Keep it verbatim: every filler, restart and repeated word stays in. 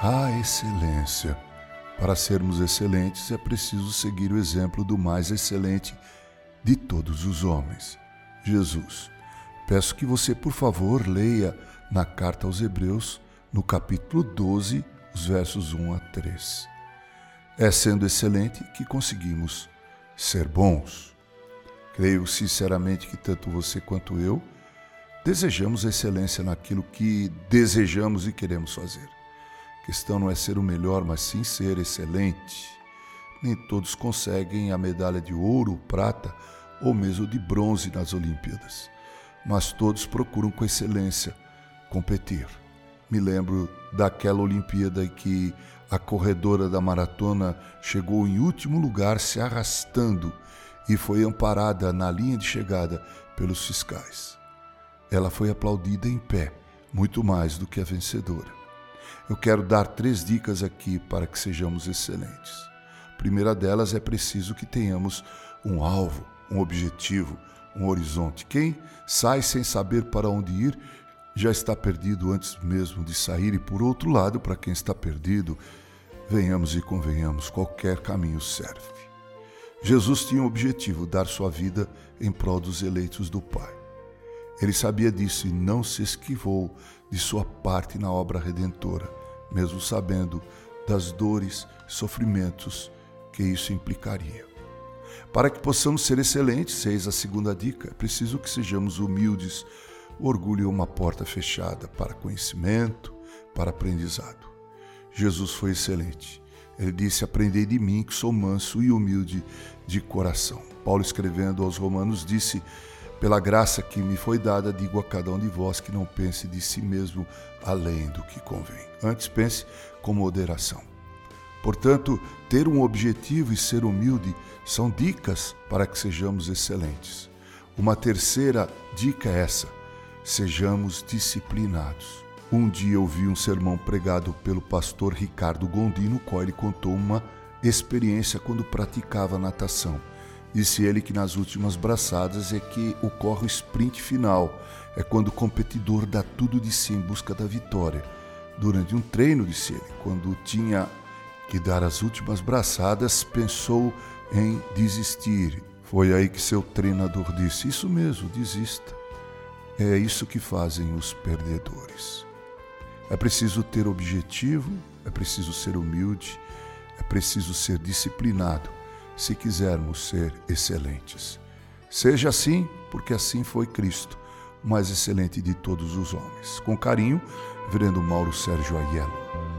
A excelência. Para sermos excelentes, é preciso seguir o exemplo do mais excelente de todos os homens, Jesus. Peço que você, por favor, leia na carta aos Hebreus, no capítulo doze, os versos um a três. É sendo excelente que conseguimos ser bons. Creio sinceramente que tanto você quanto eu desejamos excelência naquilo que desejamos e queremos fazer. A questão não é ser o melhor, mas sim ser excelente. Nem todos conseguem a medalha de ouro, prata ou mesmo de bronze nas Olimpíadas, mas todos procuram com excelência competir. Me lembro daquela Olimpíada em que a corredora da maratona chegou em último lugar se arrastando e foi amparada na linha de chegada pelos fiscais. Ela foi aplaudida em pé, muito mais do que a vencedora. Eu quero dar três dicas aqui para que sejamos excelentes. A primeira delas é preciso que tenhamos um alvo, um objetivo, um horizonte. Quem sai sem saber para onde ir já está perdido antes mesmo de sair. E por outro lado, para quem está perdido, venhamos e convenhamos, qualquer caminho serve. Jesus tinha o objetivo, dar sua vida em prol dos eleitos do Pai. Ele sabia disso e não se esquivou de sua parte na obra redentora, mesmo sabendo das dores e sofrimentos que isso implicaria. Para que possamos ser excelentes, eis a segunda dica, é preciso que sejamos humildes. O orgulho é uma porta fechada para conhecimento, para aprendizado. Jesus foi excelente. Ele disse: aprendei de mim, que sou manso e humilde de coração. Paulo, escrevendo aos Romanos, disse: pela graça que me foi dada, digo a cada um de vós que não pense de si mesmo além do que convém. Antes pense com moderação. Portanto, ter um objetivo e ser humilde são dicas para que sejamos excelentes. Uma terceira dica é essa: sejamos disciplinados. Um dia eu vi um sermão pregado pelo pastor Ricardo Gondim, no qual ele contou uma experiência quando praticava natação. Disse ele que nas últimas braçadas é que ocorre o sprint final, é quando o competidor dá tudo de si em busca da vitória. Durante um treino, disse ele, quando tinha que dar as últimas braçadas, pensou em desistir. Foi aí que seu treinador disse: isso mesmo, desista. É isso que fazem os perdedores. É preciso ter objetivo, é preciso ser humilde, é preciso ser disciplinado, se quisermos ser excelentes. Seja assim, porque assim foi Cristo, o mais excelente de todos os homens. Com carinho, Reverendo Mauro Sérgio Aiello.